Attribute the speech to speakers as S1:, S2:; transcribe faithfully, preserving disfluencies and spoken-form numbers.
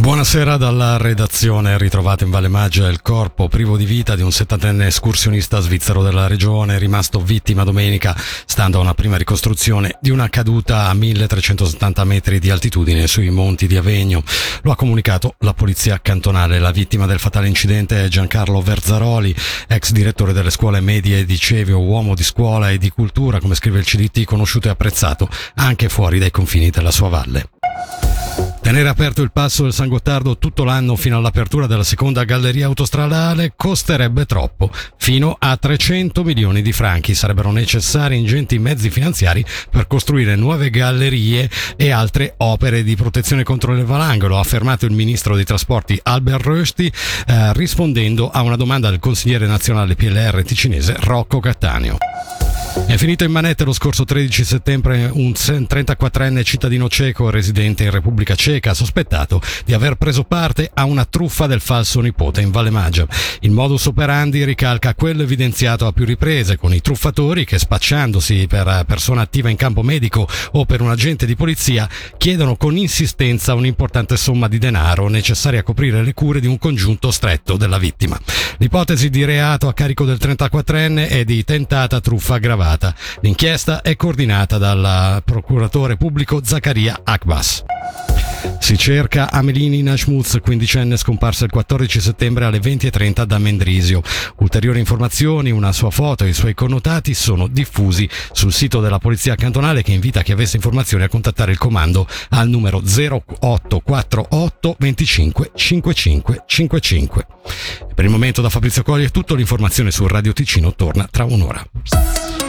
S1: Buonasera dalla redazione. Ritrovato in Valle Maggia il corpo privo di vita di un settantenne escursionista svizzero della regione, rimasto vittima domenica, stando a una prima ricostruzione, di una caduta a milletrecentosettanta metri di altitudine sui monti di Avegno. Lo ha comunicato la polizia cantonale. La vittima del fatale incidente è Giancarlo Verzaroli, ex direttore delle scuole medie di Cevio, uomo di scuola e di cultura, come scrive il C D T, conosciuto e apprezzato anche fuori dai confini della sua valle. Tenere aperto il passo del San Gottardo tutto l'anno fino all'apertura della seconda galleria autostradale costerebbe troppo. Fino a trecento milioni di franchi sarebbero necessari ingenti mezzi finanziari per costruire nuove gallerie e altre opere di protezione contro le valanghe, lo ha affermato il ministro dei trasporti Albert Rösti eh, rispondendo a una domanda del consigliere nazionale P L R ticinese Rocco Cattaneo. È finito in manette lo scorso tredici settembre un trentaquattrenne cittadino ceco residente in Repubblica Ceca, sospettato di aver preso parte a una truffa del falso nipote in Valle Maggia. Il modus operandi ricalca quello evidenziato a più riprese, con i truffatori che, spacciandosi per persona attiva in campo medico o per un agente di polizia, chiedono con insistenza un'importante somma di denaro necessaria a coprire le cure di un congiunto stretto della vittima. L'ipotesi di reato a carico del trentaquattrenne è di tentata truffa aggravata. L'inchiesta è coordinata dal procuratore pubblico Zaccaria Akbas. Si cerca Amelini Nashmuz, quindicenne scomparsa il quattordici settembre alle venti e trenta da Mendrisio. Ulteriori informazioni, una sua foto e i suoi connotati sono diffusi sul sito della polizia cantonale, che invita chi avesse informazioni a contattare il comando al numero zero otto quattro otto venticinque cinquantacinque cinquantacinque. Per il momento da Fabrizio Colli è tutto. L'informazione su Radio Ticino torna tra un'ora.